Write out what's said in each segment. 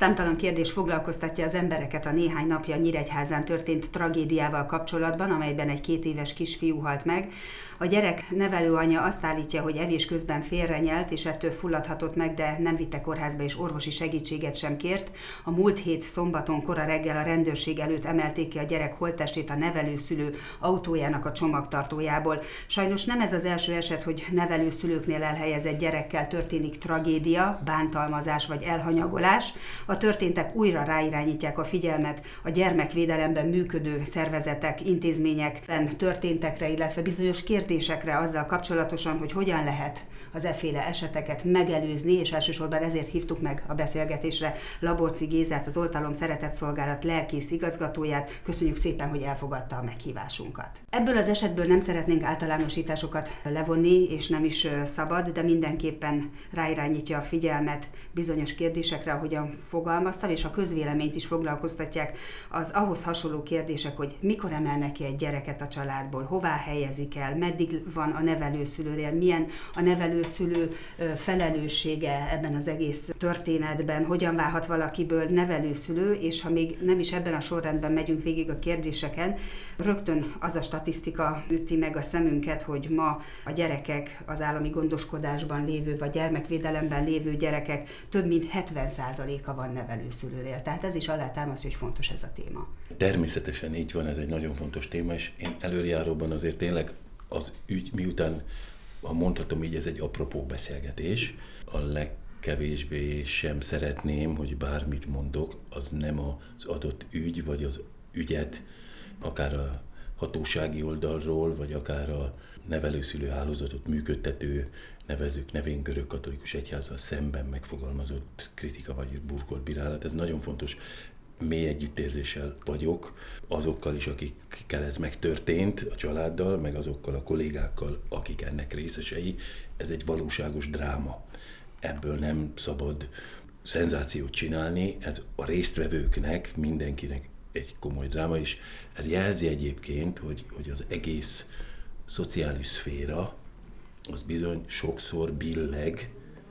Számtalan kérdés foglalkoztatja az embereket a néhány napja Nyíregyházán történt tragédiával kapcsolatban, amelyben egy 2 éves kisfiú halt meg. A gyerek nevelőanyja azt állítja, hogy evés közben félrenyelt, és ettől fulladhatott meg, de nem vitte kórházba és orvosi segítséget sem kért. A múlt hét szombaton kora reggel a rendőrség előtt emelték ki a gyerek holttestét a nevelőszülő autójának a csomagtartójából. Sajnos nem ez az első eset, hogy nevelőszülőknél elhelyezett gyerekkel történik tragédia, bántalmazás vagy elhanyagolás. A történtek újra ráirányítják a figyelmet a gyermekvédelemben működő szervezetek, intézményekben történtekre, illetve bizonyos kérdésekre azzal kapcsolatosan, hogy hogyan lehet az efféle eseteket megelőzni, és elsősorban ezért hívtuk meg a beszélgetésre Laborczy Gézát, az Oltalom Szeretetszolgálat lelkész igazgatóját. Köszönjük szépen, hogy elfogadta a meghívásunkat. Ebből az esetből nem szeretnénk általánosításokat levonni, és nem is szabad, de mindenképpen ráirányítja a figyelmet bizonyos kérdésekre, ahogyan fogalmaztam, és a közvéleményt is foglalkoztatják az ahhoz hasonló kérdések, hogy mikor emelnek ki egy gyereket a családból, hová helyezik el, meddig van a nevelőszülőnél, milyen a nevelőszülő felelőssége ebben az egész történetben, hogyan válhat valakiből nevelőszülő, és ha még nem is ebben a sorrendben megyünk végig a kérdéseken, rögtön az a statisztika üti meg a szemünket, hogy ma a gyerekek, az állami gondoskodásban lévő, vagy gyermekvédelemben lévő gyerekek több mint 70%-a van nevelőszülőnél. Tehát ez is alátámasztja, hogy fontos ez a téma. Természetesen így van, ez egy nagyon fontos téma, és én előjáróban azért tényleg az ügy, miután, ha mondhatom így, ez egy apropó beszélgetés, a legkevésbé sem szeretném, hogy bármit mondok, az nem az adott ügy, vagy az ügyet, akár a hatósági oldalról, vagy akár a nevelőszülő hálózatot működtető, nevezzük nevén görögkatolikus egyházzal szemben megfogalmazott kritika vagy burkolt bírálat. Ez nagyon fontos. Mély együttérzéssel vagyok azokkal is, akikkel ez megtörtént, a családdal, meg azokkal a kollégákkal, akik ennek részesei. Ez egy valóságos dráma. Ebből nem szabad szenzációt csinálni, ez a résztvevőknek, mindenkinek egy komoly dráma, és ez jelzi egyébként, hogy az egész szociális szféra az bizony sokszor billeg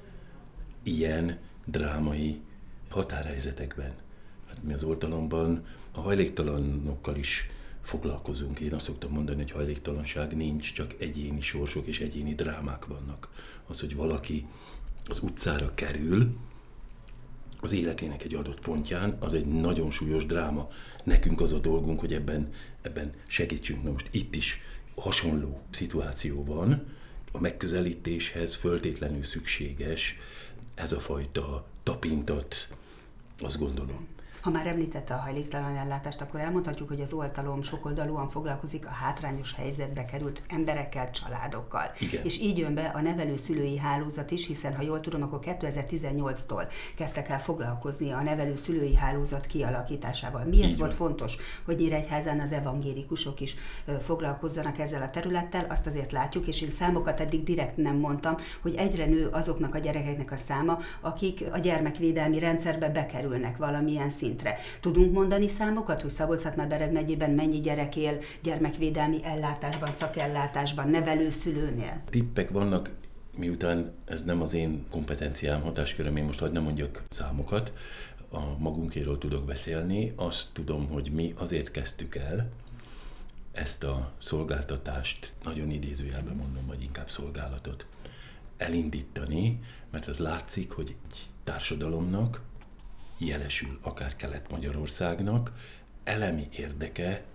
ilyen drámai határhelyzetekben. Hát mi az Oltalomban a hajléktalanokkal is foglalkozunk. Én azt szoktam mondani, hogy hajléktalanság nincs, csak egyéni sorsok és egyéni drámák vannak. Az, hogy valaki az utcára kerül, az életének egy adott pontján, az egy nagyon súlyos dráma. Nekünk az a dolgunk, hogy ebben segítsünk. Na most itt is hasonló szituáció van. A megközelítéshez föltétlenül szükséges ez a fajta tapintat, azt gondolom. Ha már említette a hajléktalan ellátást, akkor elmondhatjuk, hogy az Oltalom sokoldalúan foglalkozik a hátrányos helyzetbe került emberekkel, családokkal. Igen. És így jön be a nevelőszülői hálózat is, hiszen ha jól tudom, akkor 2018-tól kezdtek el foglalkozni a nevelőszülői hálózat kialakításával. Miért volt fontos, hogy Nyíregyházán az evangélikusok is foglalkozzanak ezzel a területtel? Azt azért látjuk, és én számokat eddig direkt nem mondtam, hogy egyre nő azoknak a gyerekeknek a száma, akik a gyermekvédelmi rendszerbe bekerülnek valamilyen szintre. Tudunk mondani számokat, hogy Szabolcs-Szatmár-Bereg megyében mennyi gyerek él gyermekvédelmi ellátásban, szakellátásban, nevelőszülőnél? Tippek vannak, miután ez nem az én kompetenciám, hatásköröm, én most hadd nem mondjak számokat, a magunkéről tudok beszélni. Azt tudom, hogy mi azért kezdtük el ezt a szolgáltatást, nagyon idézőjelben mondom, vagy inkább szolgálatot elindítani, mert az látszik, hogy egy társadalomnak, jelesül akár Kelet-Magyarországnak, elemi érdeke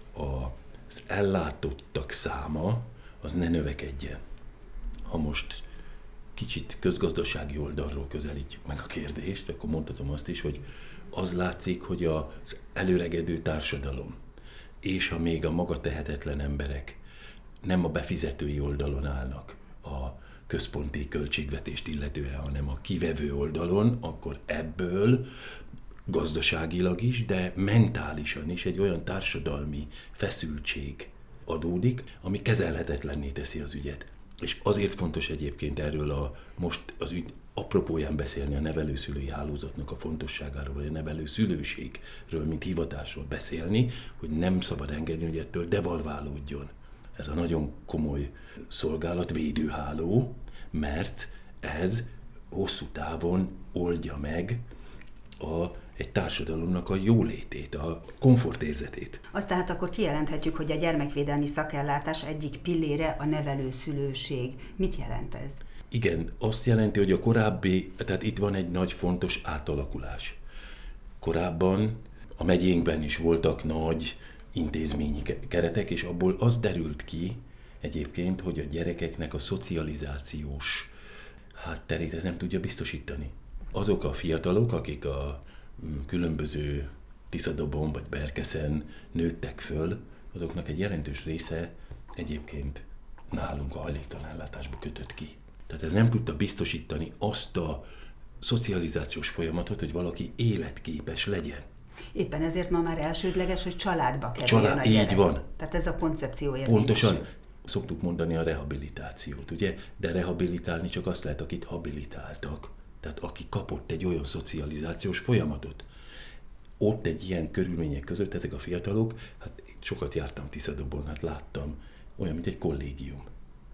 az ellátottak száma, az ne növekedjen. Ha most kicsit közgazdasági oldalról közelítjük meg a kérdést, akkor mondhatom azt is, hogy az látszik, hogy az előregedő társadalom és ha még a maga tehetetlen emberek nem a befizetői oldalon állnak a központi költségvetést illetően, hanem a kivevő oldalon, akkor ebből gazdaságilag is, de mentálisan is egy olyan társadalmi feszültség adódik, ami kezelhetetlenné teszi az ügyet. És azért fontos egyébként erről most az ügy apropóján beszélni a nevelőszülői hálózatnak a fontosságáról, vagy a nevelőszülőségről, mint hivatásról beszélni, hogy nem szabad engedni, hogy ettől devalválódjon ez a nagyon komoly szolgálat, védőháló, mert ez hosszú távon oldja meg egy társadalomnak a jólétét, a komfortérzetét. Azt tehát akkor kijelenthetjük, hogy a gyermekvédelmi szakellátás egyik pillére a nevelőszülőség. Mit jelent ez? Igen, azt jelenti, hogy tehát itt van egy nagy fontos átalakulás. Korábban a megyénkben is voltak nagy intézményi keretek, és abból az derült ki egyébként, hogy a gyerekeknek a szocializációs hátterét ez nem tudja biztosítani. Azok a fiatalok, akik a különböző Tiszadobon vagy Berkeszen nőttek föl, azoknak egy jelentős része egyébként nálunk a hajléktalanellátásba kötött ki. Tehát ez nem tudta biztosítani azt a szocializációs folyamatot, hogy valaki életképes legyen. Éppen ezért ma már elsődleges, hogy családba kerüljön a gyerek. Így van. Tehát ez a koncepció érvényesül. Pontosan. Szoktuk mondani a rehabilitációt, ugye? De rehabilitálni csak azt lehet, akit habilitáltak. Tehát aki kapott egy olyan szocializációs folyamatot. Ott egy ilyen körülmények között ezek a fiatalok, hát sokat jártam Tiszadobon, hát láttam, olyan, mint egy kollégium.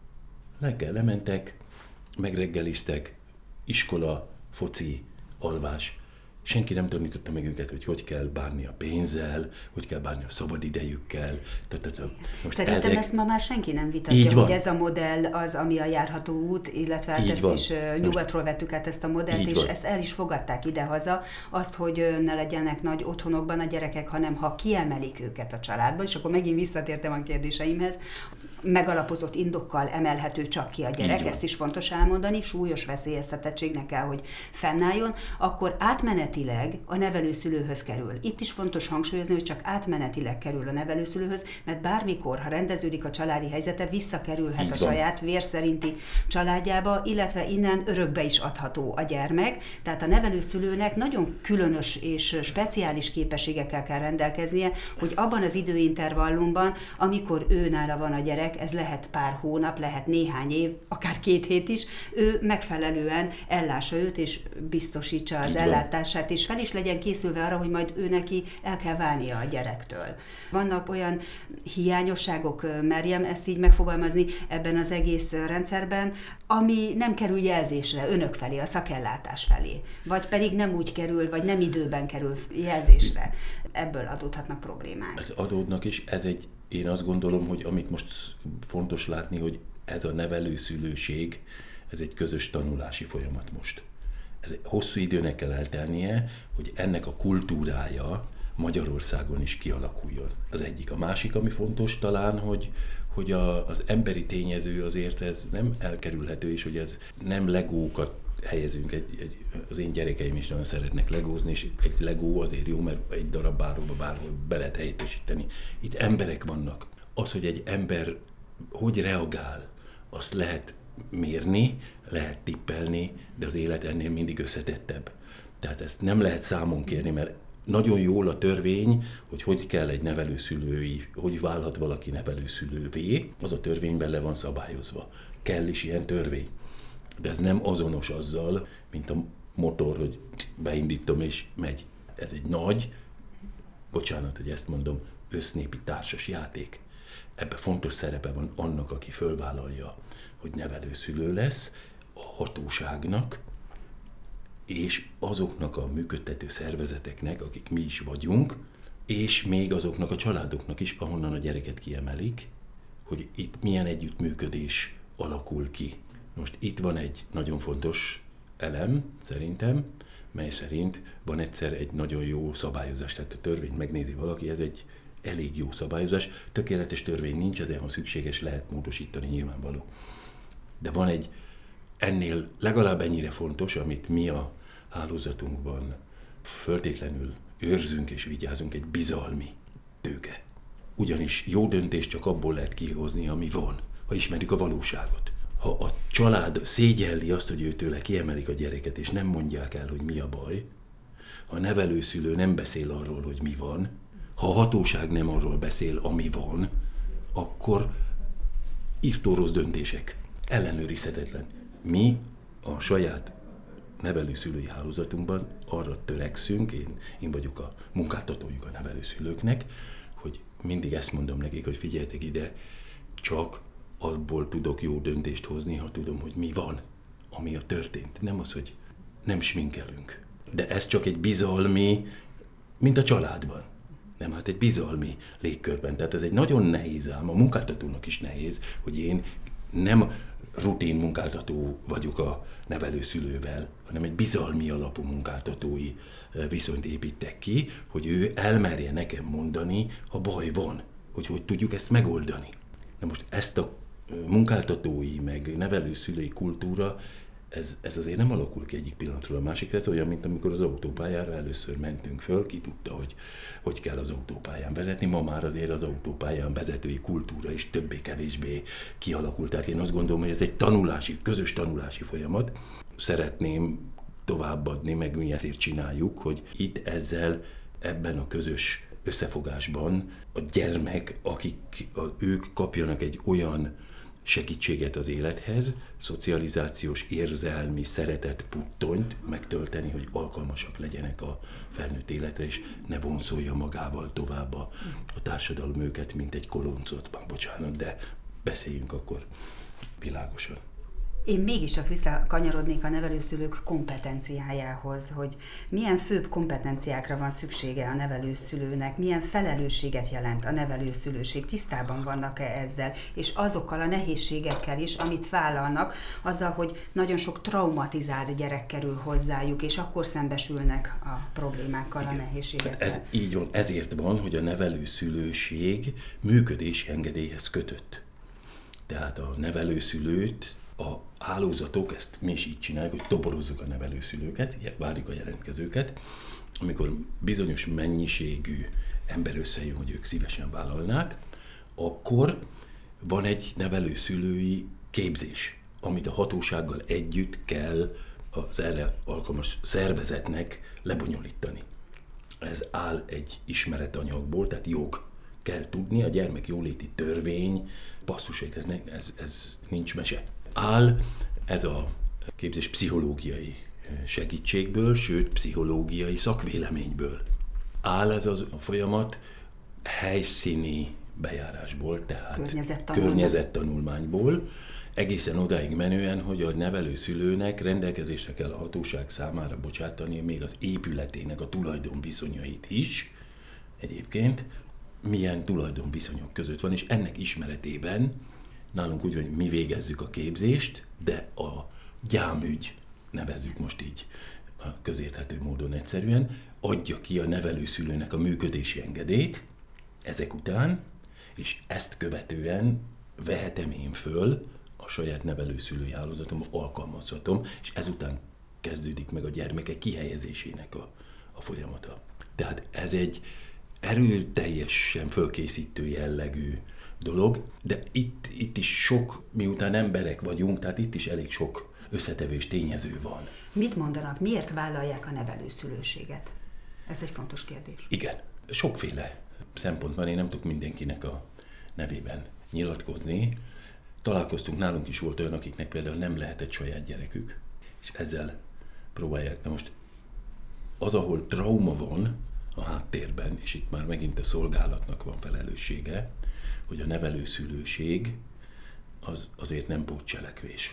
Reggel lementek, megreggeliztek, iskola, foci, alvás. Senki nem tanította meg őket, hogy kell bánni a pénzzel, hogy kell bánni a szabadidejükkel. Most szerintem ezt ma már senki nem vitatja, hogy ez a modell az, ami a járható út, illetve hát ezt is nyugatról vettük át ezt a modellt, és ezt el is fogadták idehaza, azt, hogy ne legyenek nagy otthonokban a gyerekek, hanem ha kiemelik őket a családból, és akkor megint visszatértem a kérdéseimhez, megalapozott indokkal emelhető csak ki a gyerek, ezt is fontos elmondani, súlyos veszélyeztetettségnek kell, hogy fennálljon, akkor átmenetileg a nevelőszülőhöz kerül. Itt is fontos hangsúlyozni, hogy csak átmenetileg kerül a nevelőszülőhöz, mert bármikor, ha rendeződik a családi helyzete, visszakerülhet a saját vér szerinti családjába, illetve innen örökbe is adható a gyermek. Tehát a nevelőszülőnek nagyon különös és speciális képességekkel kell rendelkeznie, hogy abban az időintervallumban, amikor ő nála van a gyerek, ez lehet pár hónap, lehet néhány év, akár 2 hét is, ő megfelelően ellássa őt, és biztosítsa az ellátását, és fel is legyen készülve arra, hogy majd ő neki el kell válnia a gyerektől. Vannak olyan hiányosságok, merjem ezt így megfogalmazni ebben az egész rendszerben, ami nem kerül jelzésre önök felé, a szakellátás felé, vagy pedig nem úgy kerül, vagy nem időben kerül jelzésre. Ebből adódhatnak problémák. Hát adódnak is, én azt gondolom, hogy amit most fontos látni, hogy ez a nevelőszülőség, ez egy közös tanulási folyamat most. Ez hosszú időnek kell eltelnie, hogy ennek a kultúrája Magyarországon is kialakuljon. Az egyik. A másik, ami fontos talán, hogy az emberi tényező azért ez nem elkerülhető, és hogy ez nem legókat helyezünk, az én gyerekeim is nagyon szeretnek legózni, és egy legó azért jó, mert egy darab bárhol be lehet helyettesíteni. Itt emberek vannak. Az, hogy egy ember hogy reagál, azt lehet mérni, lehet tippelni, de az élet ennél mindig összetettebb. Tehát ezt nem lehet számon kérni, mert nagyon jól a törvény, hogy kell egy nevelőszülői, hogy válhat valaki nevelőszülővé, az a törvényben le van szabályozva. Kell is ilyen törvény. De ez nem azonos azzal, mint a motor, hogy beindítom és megy. Ez egy nagy, bocsánat, hogy ezt mondom, össznépi társas játék. Ebben fontos szerepe van annak, aki fölvállalja, hogy nevelőszülő lesz, a hatóságnak, és azoknak a működtető szervezeteknek, akik mi is vagyunk, és még azoknak a családoknak is, ahonnan a gyereket kiemelik, hogy itt milyen együttműködés alakul ki. Most itt van egy nagyon fontos elem, szerintem, mely szerint van egyszer egy nagyon jó szabályozás, tehát a törvényt megnézi valaki, ez egy elég jó szabályozás, tökéletes törvény nincs, ezért ha szükséges, lehet módosítani, nyilvánvaló. De van egy ennél legalább ennyire fontos, amit mi a hálózatunkban föltétlenül őrzünk és vigyázunk, egy bizalmi tőke. Ugyanis jó döntést csak abból lehet kihozni, ami van, ha ismerjük a valóságot. Ha a család szégyelli azt, hogy őtőle kiemelik a gyereket, és nem mondják el, hogy mi a baj, ha a nevelőszülő nem beszél arról, hogy mi van, ha a hatóság nem arról beszél, ami van, akkor írtó rossz döntések, ellenőrizhetetlen. Mi a saját nevelőszülői hálózatunkban arra törekszünk, én vagyok a munkáltatójuk a nevelőszülőknek, hogy mindig ezt mondom nekik, hogy figyeljetek ide, csak abból tudok jó döntést hozni, ha tudom, hogy mi van, ami történt. Nem az, hogy nem sminkelünk. De ez csak egy bizalmi, mint a családban. Nem, hát egy bizalmi légkörben. Tehát ez egy nagyon nehéz ám, a munkáltatónak is nehéz, hogy én nem rutin munkáltató vagyok a nevelőszülővel, hanem egy bizalmi alapú munkáltatói viszonyt építek ki, hogy ő elmerje nekem mondani, ha baj van, hogy tudjuk ezt megoldani. Na most ezt a munkáltatói, meg nevelőszülői kultúra, ez azért nem alakul ki egyik pillanatról a másikra, ez olyan, mint amikor az autópályára először mentünk föl, ki tudta, hogy kell az autópályán vezetni, ma már azért az autópályán vezetői kultúra is többé-kevésbé kialakult. Tehát én azt gondolom, hogy ez egy közös tanulási folyamat. Szeretném továbbadni, meg mi ezért csináljuk, hogy itt ebben a közös összefogásban a gyermek, ők kapjanak egy olyan segítséget az élethez, szocializációs, érzelmi, szeretet puttonyt megtölteni, hogy alkalmasak legyenek a felnőtt életre, és ne vonzolja magával tovább a társadalom őket, mint egy koloncot. Bocsánat, de beszéljünk akkor világosan. Én mégis csak visszakanyarodnék a nevelőszülők kompetenciájához, hogy milyen főbb kompetenciákra van szüksége a nevelőszülőnek, milyen felelősséget jelent a nevelőszülőség, tisztában vannak-e ezzel, és azokkal a nehézségekkel is, amit vállalnak, azzal, hogy nagyon sok traumatizált gyerek kerül hozzájuk, és akkor szembesülnek a problémákkal, igen, a nehézségekkel. Ez így van, ezért van, hogy a nevelőszülőség működési engedélyhez kötött. Tehát a nevelőszülőt a hálózatok, ezt mi is így csináljuk, hogy toborozzuk a nevelőszülőket, várjuk a jelentkezőket, amikor bizonyos mennyiségű ember összejön, hogy ők szívesen vállalnák, akkor van egy nevelőszülői képzés, amit a hatósággal együtt kell az erre alkalmas szervezetnek lebonyolítani. Ez áll egy ismeretanyagból, tehát jog kell tudni, a gyermekjóléti törvény passzusait, ez nincs mese. Áll ez a képzés pszichológiai segítségből, sőt pszichológiai szakvéleményből. Áll ez a folyamat helyszíni bejárásból, tehát környezettanulmányból, egészen odáig menően, hogy a nevelőszülőnek rendelkezésre kell a hatóság számára bocsátani még az épületének a tulajdonviszonyait is, egyébként milyen tulajdonviszonyok között van, és ennek ismeretében nálunk úgy van, hogy mi végezzük a képzést, de a gyámügy, nevezzük most így a közérthető módon egyszerűen, adja ki a nevelőszülőnek a működési engedélyt ezek után, és ezt követően vehetem én föl a saját nevelőszülői hálózatom, alkalmazhatom, és ezután kezdődik meg a gyermekek kihelyezésének a folyamata. Tehát ez egy erőteljesen fölkészítő jellegű dolog, de itt is sok, miután emberek vagyunk, tehát itt is elég sok összetevős tényező van. Mit mondanak, miért vállalják a nevelőszülőséget? Ez egy fontos kérdés. Igen, sokféle szempont van, én nem tudok mindenkinek a nevében nyilatkozni. Találkoztunk, nálunk is volt olyan, akiknek például nem lehetett saját gyerekük, és ezzel próbálják. Na most az, ahol trauma van a háttérben, és itt már megint a szolgálatnak van felelőssége, hogy a nevelőszülőség az azért nem pótcselekvés.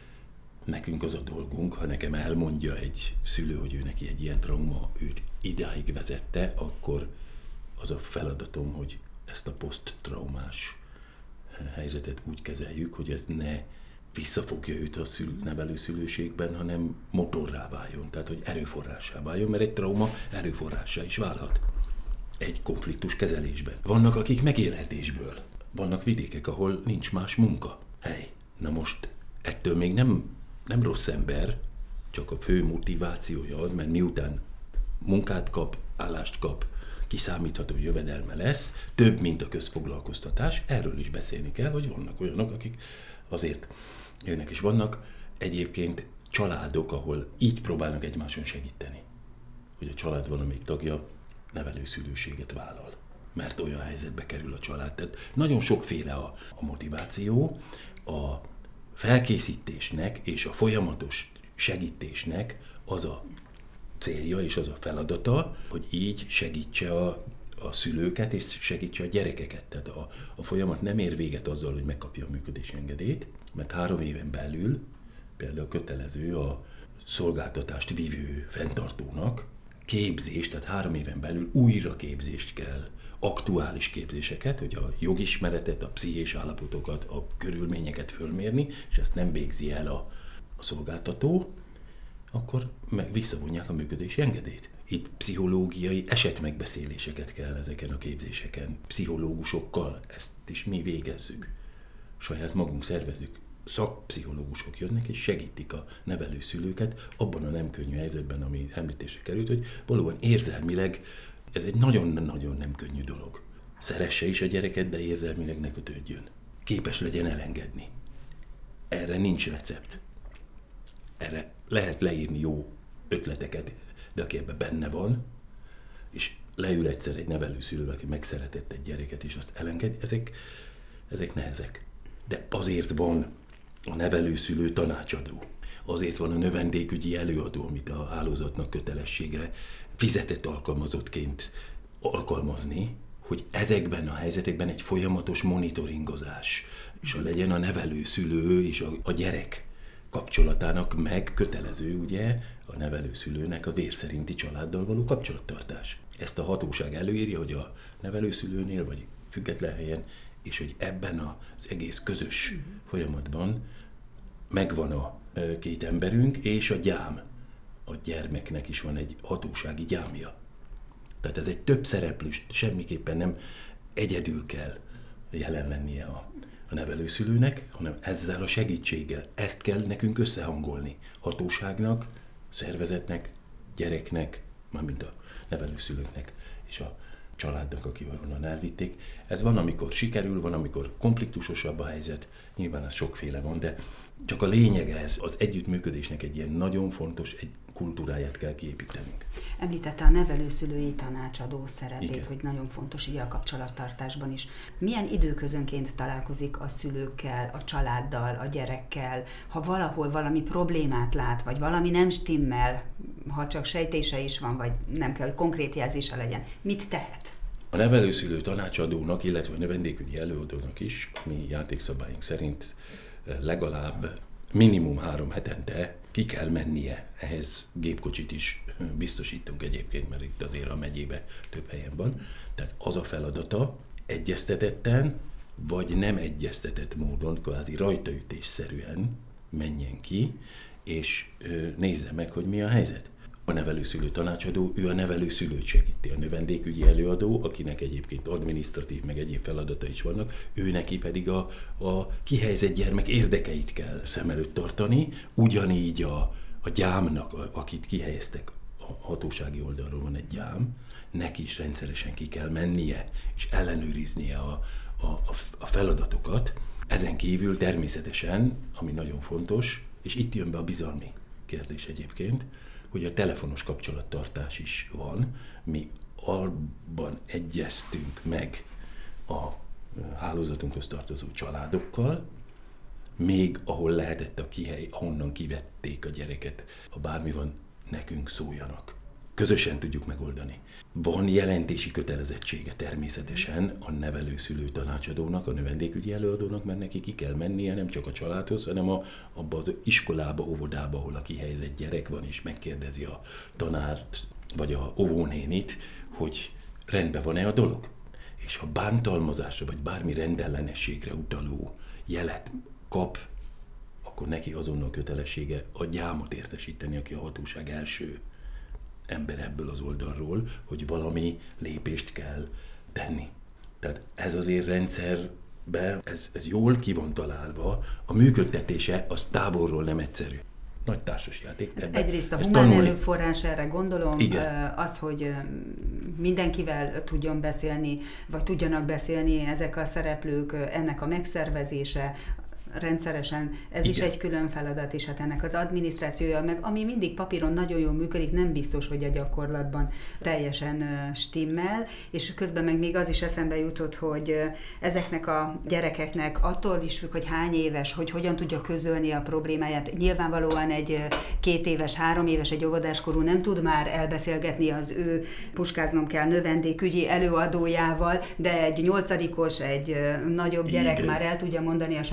Nekünk az a dolgunk, ha nekem elmondja egy szülő, hogy ő neki egy ilyen trauma őt idáig vezette, akkor az a feladatom, hogy ezt a poszttraumás helyzetet úgy kezeljük, hogy ez ne visszafogja őt a nevelőszülőségben, hanem motorrá váljon, tehát hogy erőforrássá váljon, mert egy trauma erőforrássá is válhat egy konfliktus kezelésben. Vannak, akik megélhetésből. Vannak vidékek, ahol nincs más munkahely. Na most ettől még nem rossz ember, csak a fő motivációja az, mert miután munkát kap, állást kap, kiszámítható jövedelme lesz, több, mint a közfoglalkoztatás, erről is beszélni kell, hogy vannak olyanok, akik azért jönnek, és vannak egyébként családok, ahol így próbálnak egymáson segíteni, hogy a család valamelyik tagja nevelőszülőséget vállal, mert olyan helyzetbe kerül a család. Tehát nagyon sokféle a motiváció, a felkészítésnek és a folyamatos segítésnek az a célja és az a feladata, hogy így segítse a szülőket és segítse a gyerekeket. Tehát a folyamat nem ér véget azzal, hogy megkapja a működési engedélyt, mert 3 éven belül például kötelező a szolgáltatást vívő fenntartónak képzést, tehát 3 éven belül újra képzést kell, aktuális képzéseket, hogy a jogismeretet, a pszichés állapotokat, a körülményeket fölmérni, és ezt nem végzi el a szolgáltató, akkor visszavonják a működési engedélyt. Itt pszichológiai esetmegbeszéléseket kell ezeken a képzéseken, pszichológusokkal, ezt is mi végezzük. Saját magunk szervezünk. Szakpszichológusok jönnek és segítik a nevelőszülőket abban a nem könnyű helyzetben, ami említésre került, hogy valóban érzelmileg ez egy nagyon-nagyon nem könnyű dolog. Szeresse is a gyereket, de érzelmileg ne kötődjön. Képes legyen elengedni. Erre nincs recept. Erre lehet leírni jó ötleteket, de aki ebben benne van, és leül egyszer egy nevelőszülővel, aki megszeretett egy gyereket, és azt elenged, ezek nehezek. De azért van a nevelőszülő tanácsadó. Azért van a növendékügyi előadó, amit a hálózatnak kötelessége fizetett alkalmazottként alkalmazni, hogy ezekben a helyzetekben egy folyamatos monitoringozás, és legyen a nevelőszülő és a gyerek kapcsolatának meg kötelező, ugye, a nevelőszülőnek a vérszerinti családdal való kapcsolattartás. Ezt a hatóság előírja, hogy a nevelőszülőnél, vagy független helyen, és hogy ebben az egész közös folyamatban megvan a 2 emberünk, és a gyám. A gyermeknek is van egy hatósági gyámja. Tehát ez egy több szereplős, semmiképpen nem egyedül kell jelen lennie a nevelőszülőnek, hanem ezzel a segítséggel. Ezt kell nekünk összehangolni. Hatóságnak, szervezetnek, gyereknek, mármint a nevelőszülőknek és a családnak, aki onnan elvitték. Ez van, amikor sikerül, van, amikor konfliktusosabb a helyzet, nyilván ez sokféle van, de csak a lényege ez, az együttműködésnek egy ilyen nagyon fontos, egy kultúráját kell kiépítenünk. Említette a nevelőszülői tanácsadó szerepét, Igen. Hogy nagyon fontos ugye a kapcsolattartásban is. Milyen időközönként találkozik a szülőkkel, a családdal, a gyerekkel, ha valahol valami problémát lát, vagy valami nem stimmel, ha csak sejtése is van, vagy nem kell, hogy konkrét jelzése legyen. Mit tehet? A nevelőszülő tanácsadónak, illetve a növendékügyi előadónak is, mi játékszabályunk szerint legalább minimum 3 hetente ki kell mennie. Ehhez gépkocsit is biztosítunk egyébként, mert itt azért a megyébe több helyen van. Tehát az a feladata egyeztetetten, vagy nem egyeztetett módon, kvázi rajtaütésszerűen menjen ki, és nézze meg, hogy mi a helyzet. A nevelőszülő tanácsadó, ő a nevelőszülőt segíti. A növendékügyi előadó, akinek egyébként adminisztratív meg egyéb feladata is vannak, ő neki pedig a kihelyezett gyermek érdekeit kell szem előtt tartani, ugyanígy a gyámnak, akit kihelyeztek, a hatósági oldalról van egy gyám, neki is rendszeresen ki kell mennie, és ellenőriznie a feladatokat. Ezen kívül természetesen, ami nagyon fontos, és itt jön be a bizalmi kérdés egyébként, hogy a telefonos kapcsolattartás is van. Mi abban egyeztünk meg a hálózatunkhoz tartozó családokkal, még ahol lehetett a kihely, ahonnan kivették a gyereket, ha bármi van, nekünk szóljanak. Közösen tudjuk megoldani. Van jelentési kötelezettsége természetesen a nevelőszülő tanácsadónak, a növendékügyi előadónak, mert neki ki kell mennie nem csak a családhoz, hanem abba az iskolába, óvodába, ahol a kihelyezett gyerek van, és megkérdezi a tanárt, vagy a óvónénit, hogy rendben van-e a dolog. És ha bántalmazásra, vagy bármi rendellenességre utaló jelet kap, akkor neki azonnal kötelessége a gyámot értesíteni, aki a hatóság első ember ebből az oldalról, hogy valami lépést kell tenni. Tehát ez azért rendszerben, ez jól ki van találva, a működtetése az távolról nem egyszerű. Nagy társasjáték. Egyrészt a humán erőforrás, erre gondolom, az, hogy mindenkivel tudjon beszélni, vagy tudjanak beszélni ezek a szereplők, ennek a megszervezése, rendszeresen, ez igen. Is egy külön feladat, és hát ennek az adminisztrációja, meg ami mindig papíron nagyon jól működik, nem biztos, hogy a gyakorlatban teljesen stimmel, és közben meg még az is eszembe jutott, hogy ezeknek a gyerekeknek attól is függ, hogy hány éves, hogy hogyan tudja közölni a problémáját. Nyilvánvalóan egy 2 éves, 3 éves, egy óvodáskorú nem tud már elbeszélgetni az ő, puskáznom kell, növendékügyi előadójával, de egy 8-os, egy nagyobb gyerek igen. Már el tudja mondani a saját érzéseit,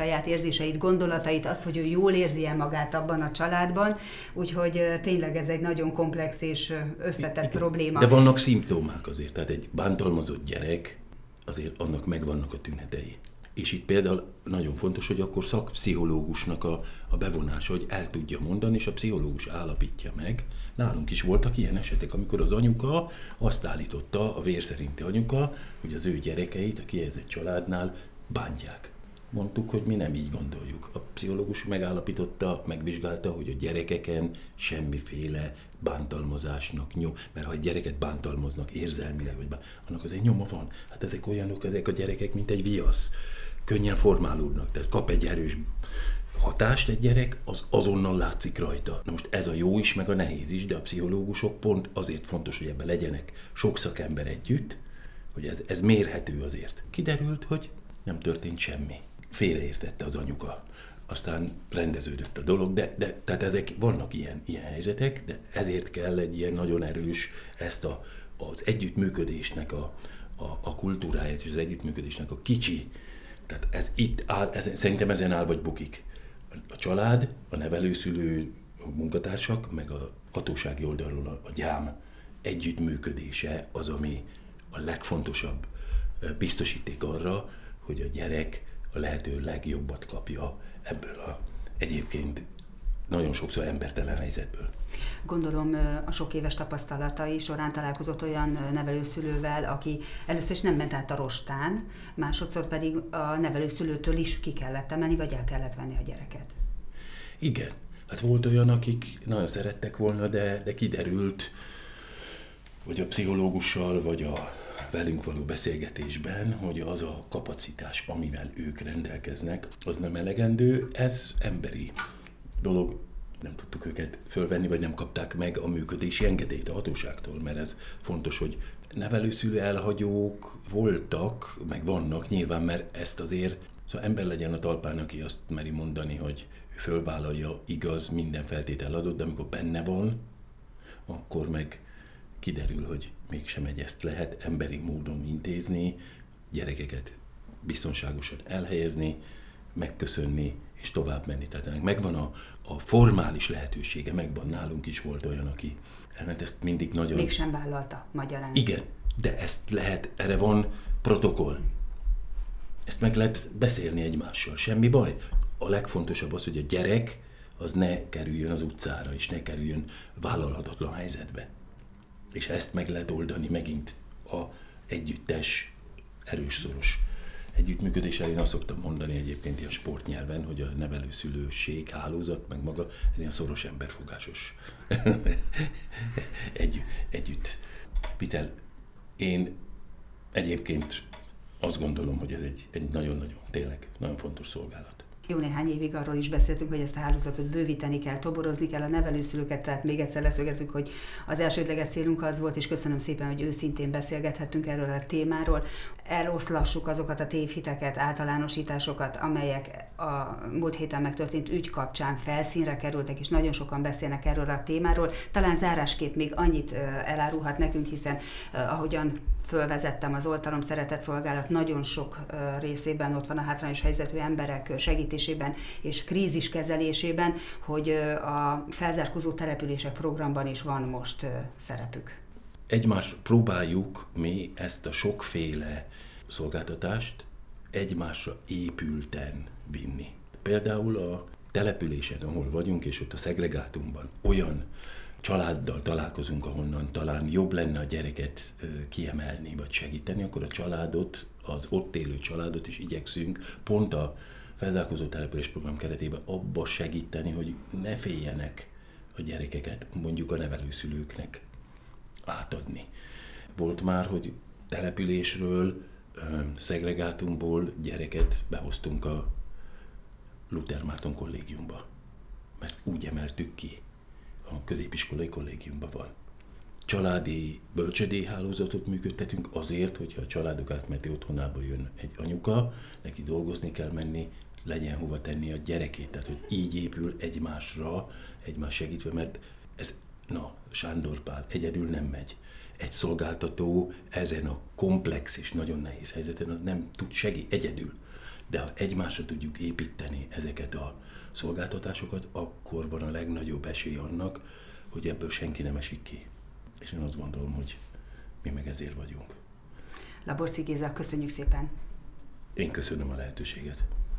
érzéseit, gondolatait, azt, hogy ő jól érzi-e magát abban a családban, úgyhogy tényleg ez egy nagyon komplex és összetett probléma. De vannak szimptomák azért, tehát egy bántalmazott gyerek, azért annak megvannak a tünetei. És itt például nagyon fontos, hogy akkor szakpszichológusnak a bevonása, hogy el tudja mondani, és a pszichológus állapítja meg. Nálunk is voltak ilyen esetek, amikor az anyuka azt állította, a vér szerinti anyuka, hogy az ő gyerekeit a kihelyezett családnál bántják. Mondtuk, hogy mi nem így gondoljuk. A pszichológus megállapította, megvizsgálta, hogy a gyerekeken semmiféle bántalmazásnak nyom, mert ha egy gyereket bántalmaznak érzelmileg, annak azért nyoma van. Hát ezek olyanok, ezek a gyerekek, mint egy viasz. Könnyen formálódnak, tehát kap egy erős hatást egy gyerek, az azonnal látszik rajta. Na most ez a jó is, meg a nehéz is, de a pszichológusok pont azért fontos, hogy ebben legyenek sok szakember együtt, hogy ez mérhető azért. Kiderült, hogy nem történt semmi. Félreértette az anyuka. Aztán rendeződött a dolog, de tehát ezek vannak ilyen helyzetek, de ezért kell egy ilyen nagyon erős az együttműködésnek a kultúráját és az együttműködésnek a kicsi. Tehát ez itt áll, szerintem ezen áll vagy bukik. A család, a nevelőszülő, a munkatársak, meg a hatósági oldalról a gyám együttműködése az, ami a legfontosabb biztosíték arra, hogy a gyerek a lehető legjobbat kapja ebből a egyébként nagyon sokszor embertelen helyzetből. Gondolom a sok éves tapasztalatai során találkozott olyan nevelőszülővel, aki először is nem ment át a rostán, másodszor pedig a nevelőszülőtől is ki kellett emelni, vagy el kellett venni a gyereket. Igen. Hát volt olyan, akik nagyon szerettek volna, de kiderült, vagy a pszichológussal, vagy a velünk való beszélgetésben, hogy az a kapacitás, amivel ők rendelkeznek, az nem elegendő, ez emberi dolog, nem tudtuk őket fölvenni, vagy nem kapták meg a működési engedélyt a hatóságtól, mert ez fontos, hogy nevelőszülő elhagyók voltak, meg vannak nyilván, mert ezt azért, szóval ember legyen a talpán, aki azt meri mondani, hogy ő fölvállalja, igaz, minden feltétel adott, de amikor benne van, akkor meg kiderül, hogy mégsem ezt lehet emberi módon intézni, gyerekeket biztonságosan elhelyezni, megköszönni és tovább menni. Tehát ennek megvan a formális lehetősége, megvan, nálunk is volt olyan, aki elment, ezt mindig nagyon... Mégsem vállalta magyarán. Igen, de ezt lehet, erre van protokoll. Ezt meg lehet beszélni egymással, semmi baj. A legfontosabb az, hogy a gyerek az ne kerüljön az utcára, és ne kerüljön vállalhatatlan helyzetbe. És ezt meg lehet oldani megint a együttes, erős, szoros együttműködéssel. Én azt szoktam mondani egyébként ilyen sportnyelven, hogy a nevelőszülőség, hálózat, meg maga, ez ilyen szoros emberfogásos együtt vitel. Én egyébként azt gondolom, hogy ez egy nagyon-nagyon, tényleg nagyon fontos szolgálat. Jó néhány évig arról is beszéltünk, hogy ezt a hálózatot bővíteni kell, toborozni kell a nevelőszülőket, tehát még egyszer leszögezzük, hogy az elsődleges célunk az volt, és köszönöm szépen, hogy őszintén beszélgethettünk erről a témáról. Eloszlassuk azokat a tévhiteket, általánosításokat, amelyek a múlt héten megtörtént ügy kapcsán felszínre kerültek, és nagyon sokan beszélnek erről a témáról. Talán zárásképp még annyit elárulhat nekünk, hiszen ahogyan fölvezettem, az Oltalom Szeretett Szolgálat nagyon sok részében ott van a hátrányos helyzetű emberek segítésében és kríziskezelésében, hogy a felzárkózó települések programban is van most szerepük. Egymás próbáljuk mi ezt a sokféle szolgáltatást egymásra épülten vinni. Például a településen, ahol vagyunk, és ott a szegregátumban olyan családdal találkozunk, ahonnan talán jobb lenne a gyereket kiemelni, vagy segíteni, akkor a családot, az ott élő családot is igyekszünk pont a felzárkózó település program keretében abba segíteni, hogy ne féljenek a gyerekeket mondjuk a nevelőszülőknek átadni. Volt már, hogy településről, szegregátumból gyereket behoztunk a Luther Márton kollégiumba, mert úgy emeltük ki. A középiskolai kollégiumban van. Családi bölcsödéhálózatot működtetünk azért, hogyha a családok átmeneti otthonába jön egy anyuka, neki dolgozni kell menni, legyen hova tenni a gyerekét. Tehát, hogy így épül egymásra, egymás segítve, mert ez, Sándor Pál egyedül nem megy. Egy szolgáltató ezen a komplex és nagyon nehéz helyzeten az nem tud egyedül. de ha egymásra tudjuk építeni ezeket a szolgáltatásokat, akkor van a legnagyobb esély annak, hogy ebből senki nem esik ki. És én azt gondolom, hogy mi meg ezért vagyunk. Laborci Géza, köszönjük szépen! Én köszönöm a lehetőséget.